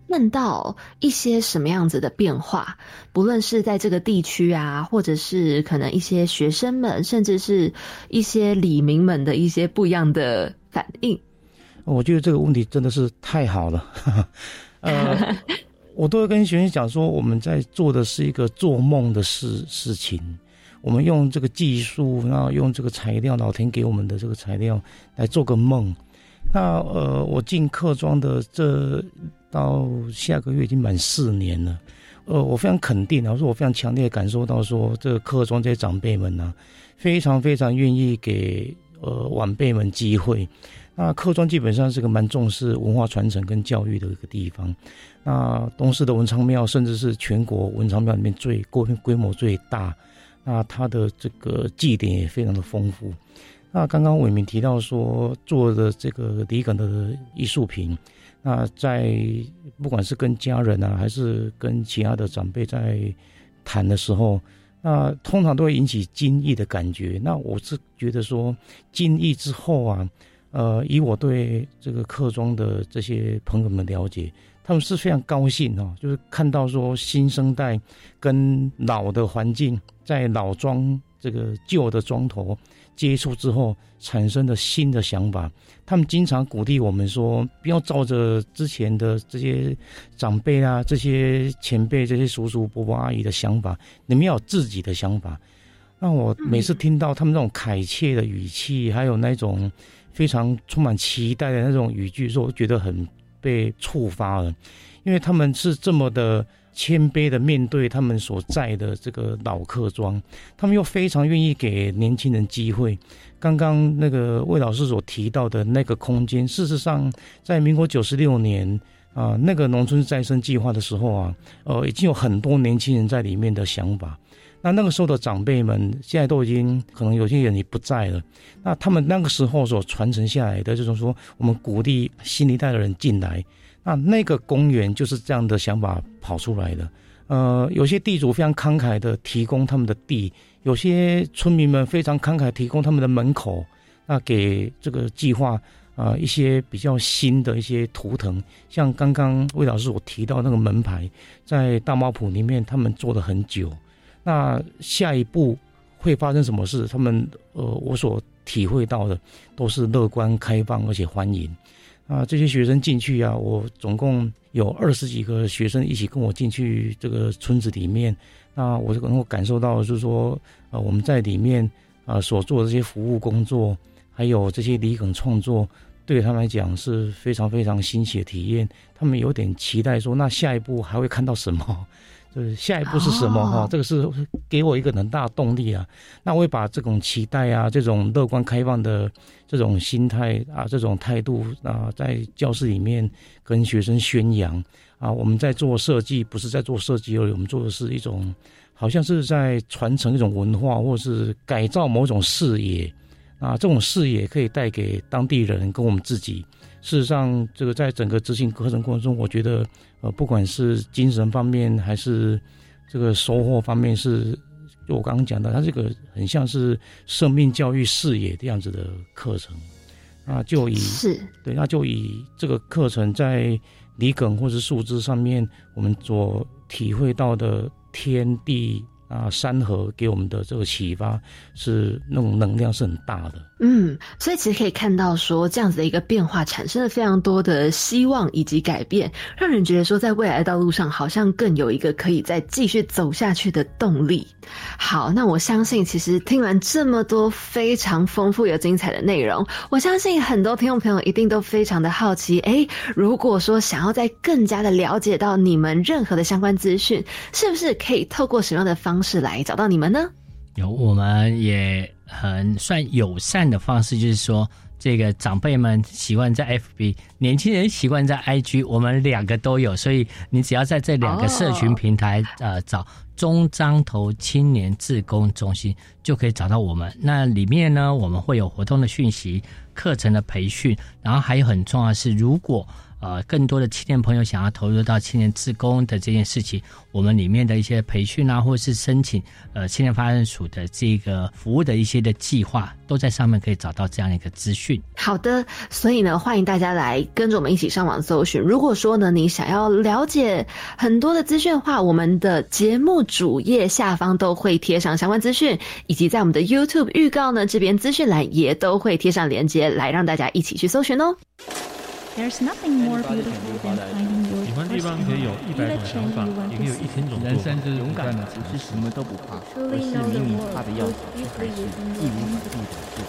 看到一些什么样子的变化？不论是在这个地区啊，或者是可能一些学生们，甚至是一些里民们的一些不一样的反应。 我觉得这个问题真的是太好了。呃，我都会跟学生讲说，我们在做的是一个做梦的事事情。我们用这个技术，然后用这个材料，老天给我们的这个材料来做个梦。那呃，我进客庄的这到下个月已经满四年了。呃，我非常肯定啊，我说我非常强烈的感受到说，这个客庄这些长辈们啊，非常非常愿意给呃晚辈们机会。那客庄基本上是个蛮重视文化传承跟教育的一个地方。那东势的文昌庙，甚至是全国文昌庙里面最规规模最大。那它的这个祭典也非常的丰富。那刚刚伟明提到说做的这个李耿的艺术品，那在不管是跟家人啊，还是跟其他的长辈在谈的时候，那通常都会引起惊异的感觉。那我是觉得说惊异之后啊，呃，以我对这个客庄的这些朋友们了解，他们是非常高兴哦，就是看到说新生代跟老的环境在老庄这个旧的庄头接触之后产生的新的想法。他们经常鼓励我们说，不要照着之前的这些长辈啊、这些前辈、这些叔叔伯伯阿姨的想法，你们要有自己的想法。那我每次听到他们那种恳切的语气，还有那种非常充满期待的那种语句，说我觉得很被触发了，因为他们是这么的谦卑的面对他们所在的这个老客庄，他们又非常愿意给年轻人机会。刚刚那个魏老师所提到的那个空间，事实上在民国九十六年啊、呃，那个农村再生计划的时候啊，呃，已经有很多年轻人在里面的想法。那那个时候的长辈们现在都已经可能有些人也不在了，那他们那个时候所传承下来的就是说，我们鼓励新一代的人进来，那那个公园就是这样的想法跑出来的。呃，有些地主非常慷慨的提供他们的地，有些村民们非常慷慨提供他们的门口，那给这个计划啊、呃、一些比较新的一些图腾，像刚刚魏老师所提到那个门牌，在大猫埔里面他们做了很久。那下一步会发生什么事？他们呃，我所体会到的都是乐观、开放而且欢迎。啊，这些学生进去啊，我总共有二十几个学生一起跟我进去这个村子里面。那我就能够感受到，就是说，呃，我们在里面啊、呃、所做的这些服务工作，还有这些李耿创作，对他们来讲是非常非常新奇的体验。他们有点期待说，那下一步还会看到什么？就是下一步是什么哈、哦？这个是给我一个很大的动力啊。那我会把这种期待啊，这种乐观开放的这种心态啊，这种态度啊，在教室里面跟学生宣扬啊。我们在做设计，不是在做设计而已，我们做的是一种，好像是在传承一种文化，或是改造某种视野啊。这种视野可以带给当地人跟我们自己。事实上，这个在整个执行课程过程中，我觉得，呃，不管是精神方面还是这个收获方面是，就我刚刚讲的，它这个很像是生命教育视野这样子的课程。那就以是对，那就以这个课程在李耿或是树枝上面，我们所体会到的天地啊山河给我们的这个启发，是那种能量是很大的。 嗯，所以其实可以看到说，这样子的一个变化产生了非常多的希望以及改变，让人觉得说在未来的道路上好像更有一个可以再继续走下去的动力。好，那我相信其实听完这么多非常丰富又精彩的内容，我相信很多听众朋友一定都非常的好奇，诶，如果说想要再更加的了解到你们任何的相关资讯，是不是可以透过什么样的方式来找到你们呢？ 有，我们也很算友善的方式，就是说这个长辈们习惯在 F B， 年轻人习惯在 I G， 我们两个都有，所以你只要在这两个社群平台、哦、呃找中彰投青年志工中心就可以找到我们。那里面呢，我们会有活动的讯息、课程的培训，然后还有很重要的是，如果呃，更多的青年朋友想要投入到青年志工的这件事情，我们里面的一些培训啊，或是申请呃青年发展署的这个服务的一些些的计划，都在上面可以找到这样一个资讯。 好的，所以呢，欢迎大家来跟着我们一起上网搜寻。如果说呢，你想要了解很多的资讯的话，我们的节目主页下方都会贴上相关资讯，以及在我们的 YouTube 预告呢这边资讯栏也都会贴上连结，来让大家一起去搜寻哦。 There's nothing more beautiful than finding your 喜欢地方可以有一百种想法，也可以有一千种做法。 人生就是勇敢的，不是什么都不怕，而是明明怕的要死，还是义无反顾的做。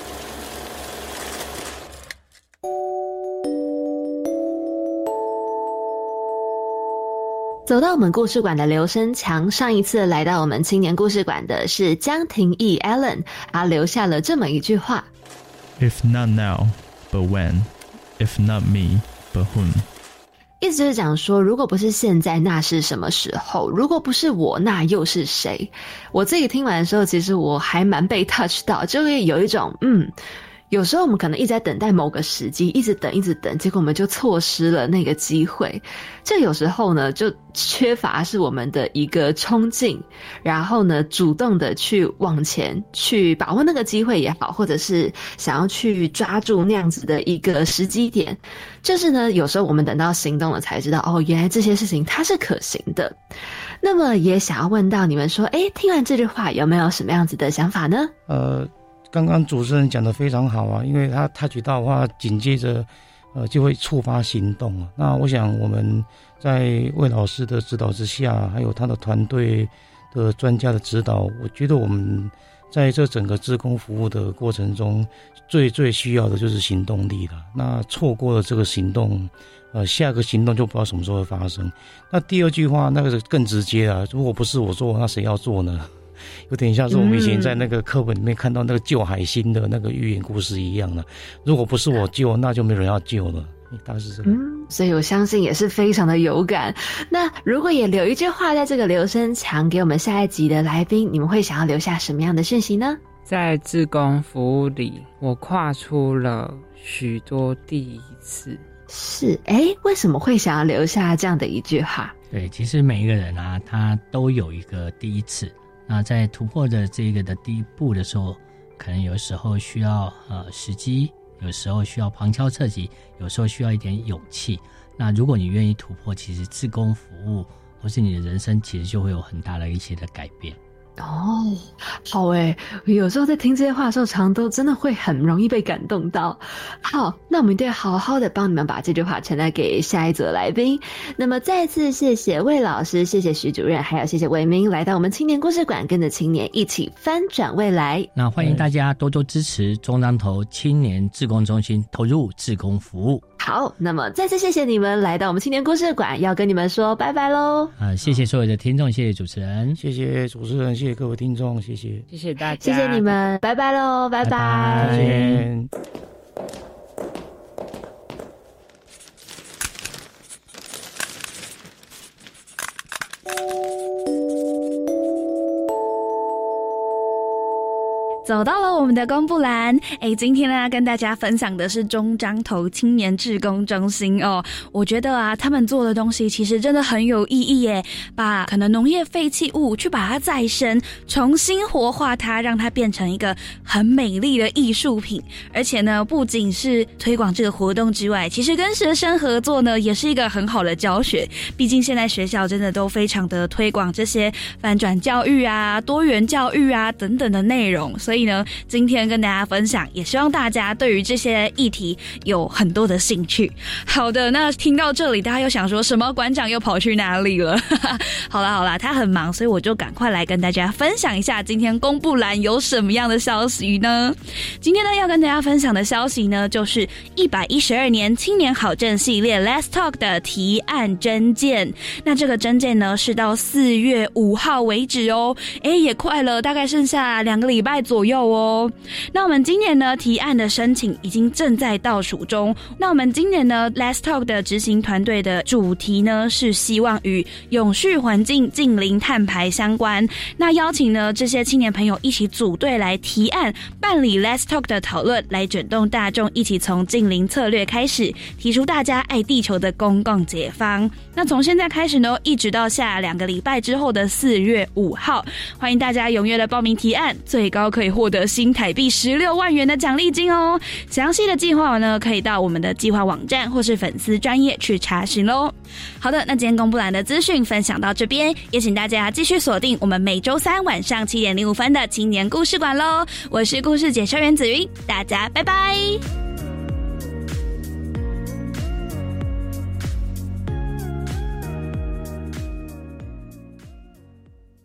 走到我们故事馆的刘生强，上一次来到我们青年故事馆的是江廷义 Alan， 他留下了这么一句话 ：If not now, but when? If not me, but whom? 意思就是讲说，如果不是现在，那是什么时候？如果不是我，那又是谁？我自己听完的时候，其实我还蛮被 touch 到，就会有一种嗯。有时候我们可能一直在等待某个时机，一直等一直等，结果我们就错失了那个机会。这有时候呢，就缺乏是我们的一个冲劲，然后呢，主动的去往前去把握那个机会也好，或者是想要去抓住那样子的一个时机点。就是呢，有时候我们等到行动了才知道，哦，原来这些事情它是可行的。那么也想要问到你们说，诶，听完这句话有没有什么样子的想法呢？ 呃刚刚主持人讲得非常好啊，因为他他举到的话，紧接着，呃，就会触发行动啊。那我想我们在魏老师的指导之下，还有他的团队的专家的指导，我觉得我们在这整个志工服务的过程中，最最需要的就是行动力了。那错过了这个行动，呃，下个行动就不知道什么时候会发生。那第二句话，那个是更直接啊，如果不是我做，那谁要做呢？有点像是我们以前在那个课本里面看到那个救海星的那个寓言故事一样了。如果不是我救，那就没人要救了。大概是这个。 嗯，所以我相信也是非常的有感。那如果也留一句话在这个留声墙给我们下一集的来宾，你们会想要留下什么样的讯息呢？ 在志工服务里，我跨出了许多第一次。 是，诶，为什么会想要留下这样的一句话？ 对，其实每一个人啊，他都有一个第一次。那在突破的这个的第一步的时候，可能有时候需要呃时机，有时候需要旁敲侧击，有时候需要一点勇气。那如果你愿意突破，其实志工服务或是你的人生，其实就会有很大的一些的改变。 哦，好诶，有时候在听这些话的时候，常常都真的会很容易被感动到。好，那我们一定要好好的帮你们把这句话传达给下一组来宾。那么再次谢谢魏老师，谢谢徐主任，还有谢谢伟明来到我们青年故事馆，跟着青年一起翻转未来。 那欢迎大家多多支持中彰投青年志工中心，投入志工服务。 好，那么再次谢谢你们来到我们青年故事馆，要跟你们说拜拜咯。 啊，谢谢所有的听众，谢谢主持人， 谢谢主持人，谢谢各位听众，谢谢， 谢谢大家， 谢谢你们，拜拜咯，拜拜， 再见。 走到了我们的公布栏，诶，今天呢跟大家分享的是中彰投青年志工中心哦。我觉得啊，他们做的东西其实真的很有意义耶，把可能农业废弃物去把它再生，重新活化它，让它变成一个很美丽的艺术品。而且呢，不仅是推广这个活动之外，其实跟学生合作呢，也是一个很好的教学。毕竟现在学校真的都非常的推广这些翻转教育啊、多元教育啊等等的内容，所以呢，今天跟大家分享，也希望大家对于这些议题有很多的兴趣。好的，那听到这里，大家又想说什么？馆长又跑去哪里了？好啦好啦，他很忙，所以我就赶快来跟大家分享一下今天公布栏有什么样的消息呢？今天呢，要跟大家分享的消息呢，就是一百一十二年青年好政系列 Let's Talk 的提案征件。那这个征件呢，是到四月五号为止哦。诶，也快了，大概剩下两个礼拜左右哦。那我们今年呢，提案的申请已经正在倒数中。那我们今年呢 Let's Talk 的执行团队的主题呢，是希望与永续环境近零碳排相关。那邀请呢这些青年朋友一起组队来提案，办理 Let's Talk 的讨论，来卷动大众一起从近零策略开始，提出大家爱地球的公共解方。那从现在开始呢，一直到下两个礼拜之后的四月五号，欢迎大家踊跃的报名提案，最高可以获获得新台币十六万元的奖励金哦。详细的计划呢，可以到我们的计划网站或是粉丝专页去查询咯。好的，那今天公布栏的资讯分享到这边，也请大家继续锁定我们每周三晚上七点零五分的青年故事馆咯。我是故事解说员子云，大家拜拜。